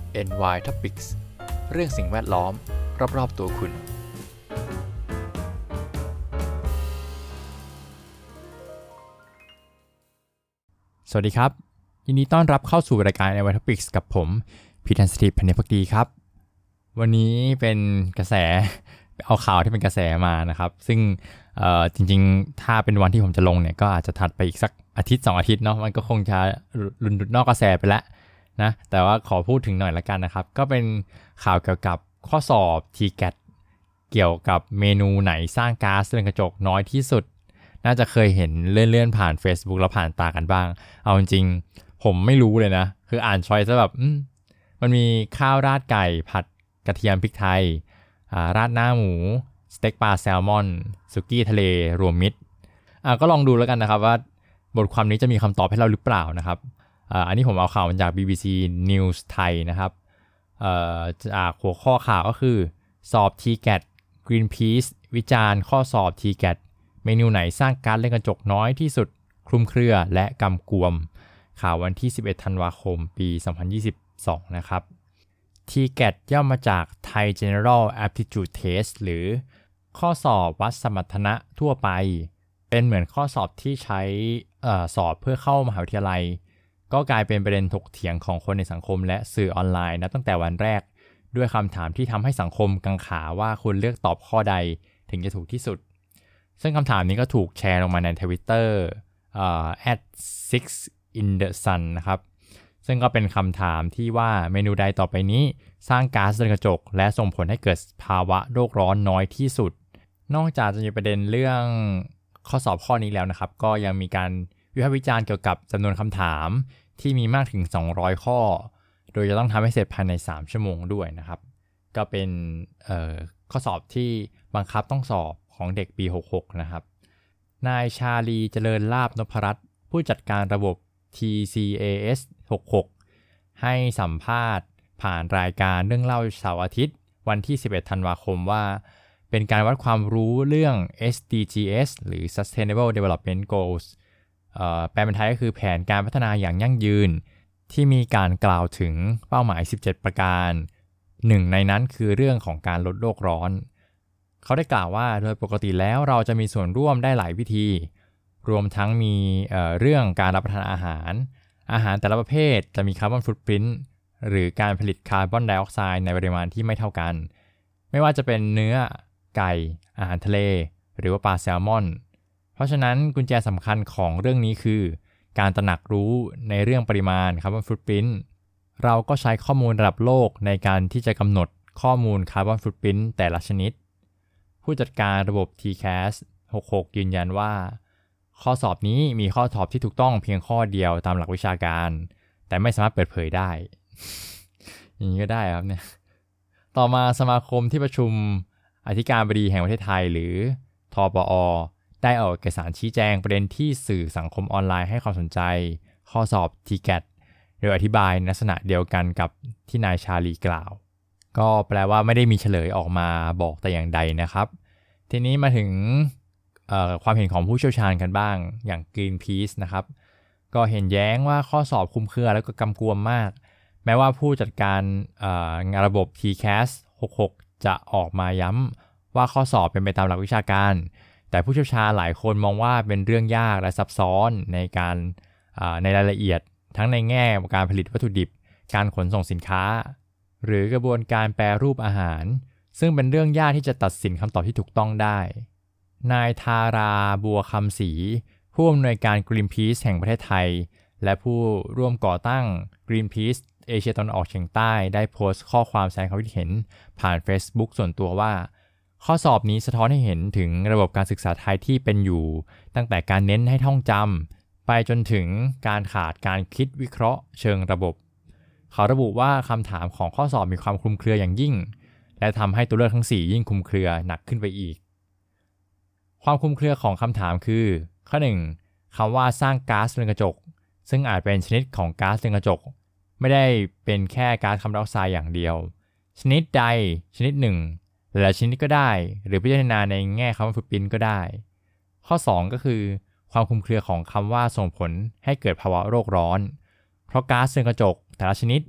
NY Topics เรื่องสิ่งแวดล้อมรอบๆตัวคุณสวัสดีครับยินดีต้อนรับเข้าสู่รายการ NY Topics กับผมพีทันสถิต พันธุ์ภักดีครับวันนี้เป็นกระแสเอาข่าวที่เป็นกระแสมานะครับซึ่งจริงๆถ้าเป็นวันที่ผมจะลงเนี่ยก็อาจจะถัดไปอีกสักอาทิตย์2อาทิตย์เนาะมันก็คงจะหลุดนอกกระแสไปแล้วนะแต่ว่าขอพูดถึงหน่อยละกันนะครับก็เป็นข่าวเกี่ยวกับข้อสอบ TGAT เกี่ยวกับเมนูไหนสร้างก๊าซเรือนกระจกน้อยที่สุดน่าจะเคยเห็นเลื่อนๆผ่าน Facebook แล้วผ่านตากันบ้างเอาจริงๆผมไม่รู้เลยนะคืออ่านช้อยซะแบบมันมีข้าวราดไก่ผัดกระเทียมพริกไทยราดหน้าหมูสเต็กปลาแซลมอนสุกี้ทะเลรวมมิตรก็ลองดูแล้วกันนะครับว่าบทความนี้จะมีคำตอบให้เราหรือเปล่านะครับอันนี้ผมเอาข่าวมาจาก BBC News ไทยนะครับจากหัวข้อข่าวก็คือสอบ TGAT Greenpeace วิจารณ์ข้อสอบ TGAT เมนูไหนสร้างก๊าซเรือนกระจกน้อยที่สุดคลุมเครือและกำกวมข่าววันที่11ธันวาคมปี2022นะครับ TGAT ย่อมาจาก Thai General Aptitude Test หรือข้อสอบวัดสมรรถนะทั่วไปเป็นเหมือนข้อสอบที่ใช้สอบเพื่อเข้ามหาวิทยาลัยก็กลายเป็นประเด็นถกเถียงของคนในสังคมและสื่อออนไลน์นับตั้งแต่วันแรกด้วยคำถามที่ทำให้สังคมกังขาว่าคุณเลือกตอบข้อใดถึงจะถูกที่สุดซึ่งคำถามนี้ก็ถูกแชร์ลงมาใน Twitter @6in-the-sun นะครับซึ่งก็เป็นคำถามที่ว่าเมนูใดต่อไปนี้สร้างก๊าซเรือนกระจกและส่งผลให้เกิดภาวะโลกร้อนน้อยที่สุดนอกจากจะมีประเด็นเรื่องข้อสอบข้อนี้แล้วนะครับก็ยังมีการวิพากษ์วิจารณ์เกี่ยวกับจำนวนคำถามที่มีมากถึง200ข้อโดยจะต้องทำให้เสร็จภายใน3ชั่วโมงด้วยนะครับก็เป็นข้อสอบที่บังคับต้องสอบของเด็กปี66นะครับนายชาลีเจริญลาภนพรัตน์ผู้จัดการระบบ TCAS 66ให้สัมภาษณ์ผ่านรายการเรื่องเล่าเสาร์อาทิตย์วันที่11ธันวาคมว่าเป็นการวัดความรู้เรื่อง SDGs หรือ Sustainable Development Goalsแปลเป็นไทยก็คือแผนการพัฒนาอย่างยั่งยืนที่มีการกล่าวถึงเป้าหมาย17ประการหนึ่งในนั้นคือเรื่องของการลดโลกร้อนเขาได้กล่าวว่าโดยปกติแล้วเราจะมีส่วนร่วมได้หลายวิธีรวมทั้งมีเรื่องการรับประทานอาหารแต่ละประเภทจะมีคาร์บอนฟุตพริ้นท์หรือการผลิตคาร์บอนไดออกไซด์ในปริมาณที่ไม่เท่ากันไม่ว่าจะเป็นเนื้อไก่อาหารทะเลหรือว่าปลาแซลมอนเพราะฉะนั้นกุญแจสำคัญของเรื่องนี้คือการตระหนักรู้ในเรื่องปริมาณคาร์บอนฟุตพริ้นท์เราก็ใช้ข้อมูลระดับโลกในการที่จะกำหนดข้อมูลคาร์บอนฟุตพริ้นท์แต่ละชนิดผู้จัดการระบบ TCAS 66ยืนยันว่าข้อสอบนี้มีข้อสอบที่ถูกต้องเพียงข้อเดียวตามหลักวิชาการแต่ไม่สามารถเปิดเผยได้ อย่างนี้ก็ได้ครับเนี่ยต่อมาสมาคมที่ประชุมอธิการบดีแห่งประเทศไทยหรือทปอได้ออกเอกสารชี้แจงประเด็นที่สื่อสังคมออนไลน์ให้ความสนใจข้อสอบ TGAT โดยอธิบายในลักษณะเดียวกันกับที่นายชาลีกล่าวก็แปลว่าไม่ได้มีเฉลยออกมาบอกแต่อย่างใดนะครับทีนี้มาถึงความเห็นของผู้เชี่ยวชาญกันบ้างอย่าง Greenpeace นะครับก็เห็นแย้งว่าข้อสอบคลุมเครือแล้วก็กำกวมมากแม้ว่าผู้จัดการงานระบบ TCAS 66จะออกมาย้ำว่าข้อสอบเป็นไปตามหลักวิชาการแต่ผู้เชี่ยวชาญหลายคนมองว่าเป็นเรื่องยากและซับซ้อนในรายละเอียดทั้งในแง่การผลิตวัตถุดิบการขนส่งสินค้าหรือกระบวนการแปรรูปอาหารซึ่งเป็นเรื่องยากที่จะตัดสินคำตอบที่ถูกต้องได้นายทาราบัวคำศรีผู้อำนวยการ Greenpeace แห่งประเทศไทยและผู้ร่วมก่อตั้ง Greenpeace เอเชียตะวันออกเฉียงใต้ได้โพสต์ข้อความแสดงความคิดเห็นผ่าน Facebook ส่วนตัวว่าข้อสอบนี้สะท้อนให้เห็นถึงระบบการศึกษาไทยที่เป็นอยู่ตั้งแต่การเน้นให้ท่องจำไปจนถึงการขาดการคิดวิเคราะห์เชิงระบบเขาระบุว่าคำถามของข้อสอบมีความคลุมเครืออย่างยิ่งและทำให้ตัวเลือกทั้ง4ยิ่งคลุมเครือหนักขึ้นไปอีกความคลุมเครือของคำถามคือข้อ 1 คำว่าสร้างก๊าซเรือนกระจกซึ่งอาจเป็นชนิดของก๊าซเรือนกระจกไม่ได้เป็นแค่ก๊าซคาร์บอนไดออกไซด์อย่างเดียวชนิดใดชนิดหนึ่งหลายชนิดก็ได้หรือพิจารณาในแง่คาร์บอนฟุตพริ้นท์ก็ได้ข้อ 2 ก็คือความคลุมเครือของคำว่าส่งผลให้เกิดภาวะโลกร้อนเพราะก๊าซเรือนกระจกแต่ละชนิด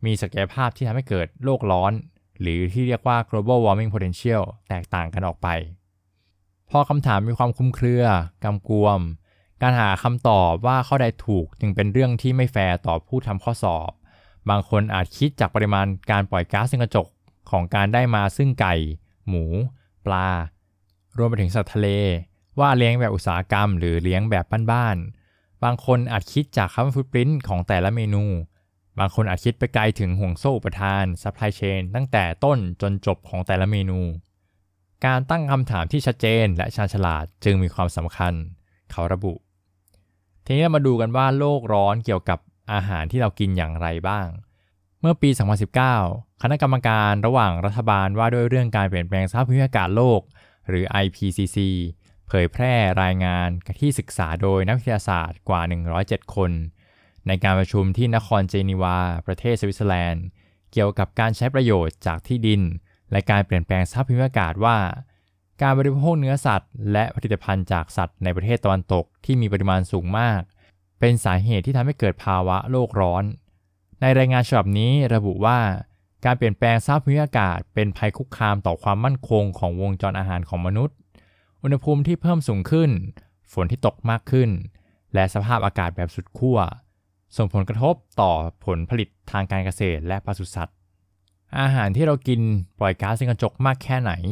มีศักยภาพที่ทำให้เกิดโลกร้อนหรือที่เรียกว่า global warming potential แตกต่างกันออกไปพอคำถามมีความคลุมเครือกำกวมการหาคำตอบว่าข้อใดถูกจึงเป็นเรื่องที่ไม่แฟร์ต่อผู้ทำข้อสอบบางคนอาจคิดจากปริมาณการปล่อยก๊าซเรือนกระจกของการได้มาซึ่งไก่หมูปลารวมไปถึงสัตว์ทะเลว่าเลี้ยงแบบอุตสาหกรรมหรือเลี้ยงแบบบ้านๆบางคนอาจคิดจากคาร์บอนฟุตพริ้นท์ของแต่ละเมนูบางคนอาจคิดไปไกลถึงห่วงโซ่อุปทาน supply chain ตั้งแต่ต้นจนจบของแต่ละเมนูการตั้งคำถามที่ชัดเจนและชาญฉลาดจึงมีความสำคัญเขาระบุทีนี้เรามาดูกันว่าโลกร้อนเกี่ยวกับอาหารที่เรากินอย่างไรบ้างเมื่อปี 2019 คณะกรรมการระหว่างรัฐบาลว่าด้วยเรื่องการเปลี่ยนแปลงสภาพภูมิอากาศโลกหรือ IPCC เผยแพร่รายงานที่ศึกษาโดยนักวิทยาศาสตร์กว่า 107 คนในการประชุมที่นครเจนีวาประเทศสวิตเซอร์แลนด์เกี่ยวกับการใช้ประโยชน์จากที่ดินและการเปลี่ยนแปลงสภาพภูมิอากาศว่าการบริโภคเนื้อสัตว์และผลิตภัณฑ์จากสัตว์ในประเทศตะวันตกที่มีปริมาณสูงมากเป็นสาเหตุที่ทำให้เกิดภาวะโลกร้อนในรายงานฉบับนี้ระบุว่าการเปลี่ยนแปลงสภาพภูมิอากาศเป็นภัยคุกคามต่อความมั่นคงของวงจรอาหารของมนุษย์อุณหภูมิที่เพิ่มสูงขึ้นฝนที่ตกมากขึ้นและสภาพอากาศแบบสุดขั้วส่งผลกระทบต่อผลผลิตทางการเกษตรและปศุสัตว์อาหารที่เรากินปล่อยก๊าซเรือนกระจกมากแค่ไหน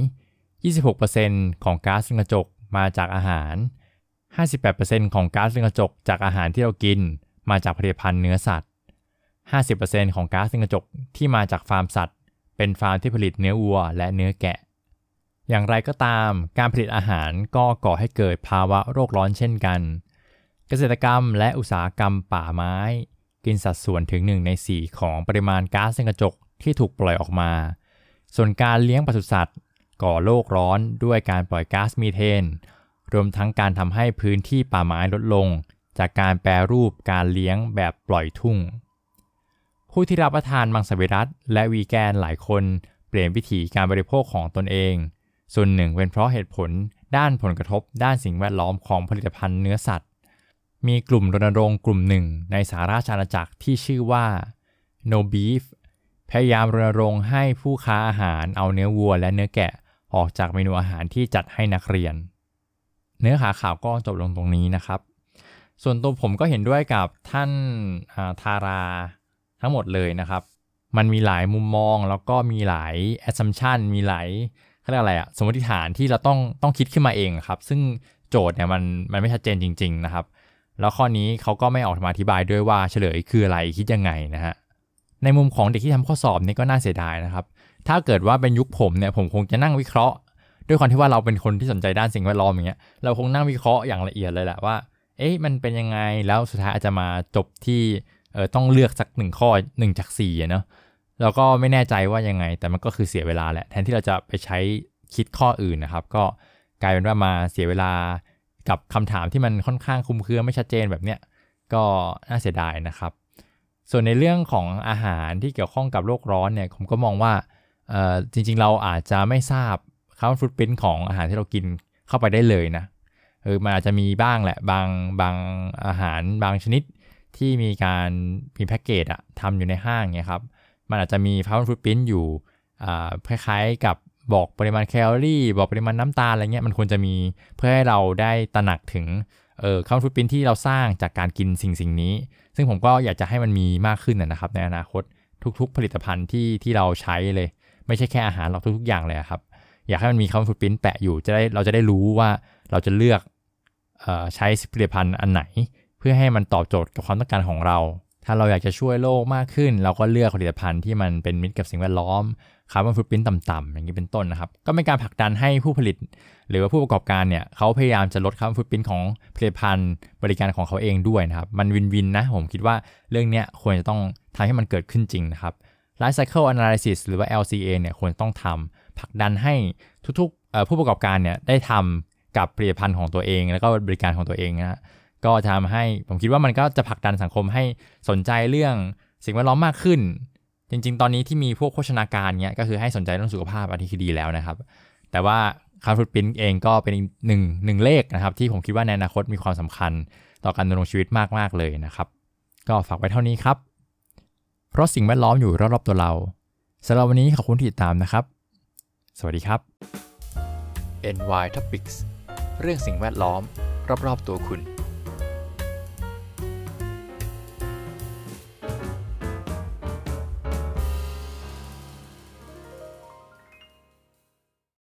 26% ของก๊าซเรือนกระจกมาจากอาหาร 58% ของก๊าซเรือนกระจกจากอาหารที่เรากินมาจากผลิตภัณฑ์เนื้อสัตว์ 50% ของก๊าซเรือนกระจกที่มาจากฟาร์มสัตว์เป็นฟาร์มที่ผลิตเนื้อวัวและเนื้อแกะอย่างไรก็ตามการผลิตอาหารก็ก่อให้เกิดภาวะโรคร้อนเช่นกันเกษตรกรรมและอุตสาหกรรมป่าไม้กินสัดส่วนถึง1 ใน 4ของปริมาณก๊าซเรือนกระจกที่ถูกปล่อยออกมาส่วนการเลี้ยงปศุสัตว์ก่อโลกร้อนด้วยการปล่อยก๊าซมีเทนรวมทั้งการทำให้พื้นที่ป่าไม้ลดลงจากการแปรรูปการเลี้ยงแบบปล่อยทุ่งผู้ที่รับประทานมังสวิรัติและวีแกนหลายคนเปลี่ยนวิถีการบริโภคของตนเองส่วนหนึ่งเป็นเพราะเหตุผลด้านผลกระทบด้านสิ่งแวดล้อมของผลิตภัณฑ์เนื้อสัตว์มีกลุ่มรณรงค์กลุ่มหนึ่งในสหราชอาณาจักรที่ชื่อว่า No Beef พยายามรณรงค์ให้ผู้ค้าอาหารเอาเนื้อวัวและเนื้อแกะออกจากเมนูอาหารที่จัดให้นักเรียนเนื้อหาข่าวก็จบลงตรงนี้นะครับส่วนตัวผมก็เห็นด้วยกับท่านทาราทั้งหมดเลยนะครับมันมีหลายมุมมองแล้วก็มีหลาย assumption มีหลายเขาเรียกอะไรอะสมมติฐานที่เราต้องคิดขึ้นมาเองครับซึ่งโจทย์เนี่ยมันไม่ชัดเจนจริงๆนะครับแล้วข้อนี้เขาก็ไม่ออกมาอธิบายด้วยว่าเฉลยคืออะไรคิดยังไงนะฮะในมุมของเด็กที่ทำข้อสอบนี่ก็น่าเสียดายนะครับถ้าเกิดว่าเป็นยุคผมเนี่ยผมคงจะนั่งวิเคราะห์ด้วยความที่ว่าเราเป็นคนที่สนใจด้านสิ่งแวดล้อมอย่างเงี้ยเราคงนั่งวิเคราะห์อย่างละเอียดเลยแหละว่ามันเป็นยังไงแล้วสุดท้ายอาจจะมาจบที่ต้องเลือกสัก1 ข้อ1 จาก 4เนาะแล้วก็ไม่แน่ใจว่ายังไงแต่มันก็คือเสียเวลาแหละแทนที่เราจะไปใช้คิดข้ออื่นนะครับก็กลายเป็นว่ามาเสียเวลากับคำถามที่มันค่อนข้างคลุมเครือไม่ชัดเจนแบบเนี้ยก็น่าเสียดายนะครับส่วนในเรื่องของอาหารที่เกี่ยวข้องกับโลกร้อนเนี่ยผมก็มองว่าจริงๆเราอาจจะไม่ทราบคาร์บอนฟุตพริ้นท์ของอาหารที่เรากินเข้าไปได้เลยนะมันอาจจะมีบ้างแหละบางอาหารบางชนิดที่มีการมีแพ็กเกจทำอยู่ในห้างเงี้ยครับมันอาจจะมีคาร์บอนฟุตพริ้นท์อยู่คล้ายๆกับบอกปริมาณแคลอรี่บอกปริมาณน้ำตาลอะไรเงี้ยมันควรจะมีเพื่อให้เราได้ตระหนักถึงคาร์บอนฟุตพริ้นท์ที่เราสร้างจากการกินสิ่งนี้ซึ่งผมก็อยากจะให้มันมีมากขึ้นนะครับในอนาคตทุกๆผลิตภัณฑ์ที่เราใช้เลยไม่ใช่แค่อาหารหรอกทุกๆอย่างเลยครับอยากให้มันมีคาร์บอนฟุตพริ้นท์แปะอยู่เราจะได้รู้ว่าเราจะเลือกใช้ผลิตภัณฑ์อันไหนเพื่อให้มันตอบโจทย์กับความต้องการของเราถ้าเราอยากจะช่วยโลกมากขึ้นเราก็เลือกผลิตภัณฑ์ที่มันเป็นมิตรกับสิ่งแวดล้อมคาร์บอนฟุตพริ้นท์ต่ำๆอย่างนี้เป็นต้นนะครับก็เป็นการผลักดันให้ผู้ผลิตหรือว่าผู้ประกอบการเนี่ยเขาพยายามจะลดคาร์บอนฟุตพริ้นท์ของผลิตภัณฑ์บริการของเขาเองด้วยนะครับมันวินนะผมคิดว่าเรื่องนี้ควรจะต้องทำให้มันเกิดขึ้นจริงนะครับ Life Cycle Analysis หรือว่า LCA เนี่ยควรต้องทำผลักดันให้ทุกๆผู้ประกอบการเนี่ยได้ทำกับผลิตภัณฑ์ของตัวเองแล้วก็บริการของตัวเองนะก็ทำให้ผมคิดว่ามันก็จะผลักดันสังคมให้สนใจเรื่องสิ่งแวดล้อมมากขึ้นจริงๆตอนนี้ที่มีพวกโภชนาการเนี้ยก็คือให้สนใจเรื่องสุขภาพอันนี้คือดีแล้วนะครับแต่ว่าคาร์บอนฟุตพริ้นท์เองก็เป็นหนึ่งเลขนะครับที่ผมคิดว่าในอนาคตมีความสำคัญต่อการดำรงชีวิตมากๆเลยนะครับก็ฝากไว้เท่านี้ครับเพราะสิ่งแวดล้อมอยู่รอบๆตัวเราสำหรับวันนี้ขอบคุณที่ติดตามนะครับสวัสดีครับ NY Topics เรื่องสิ่งแวดล้อมรอบๆตัวคุณ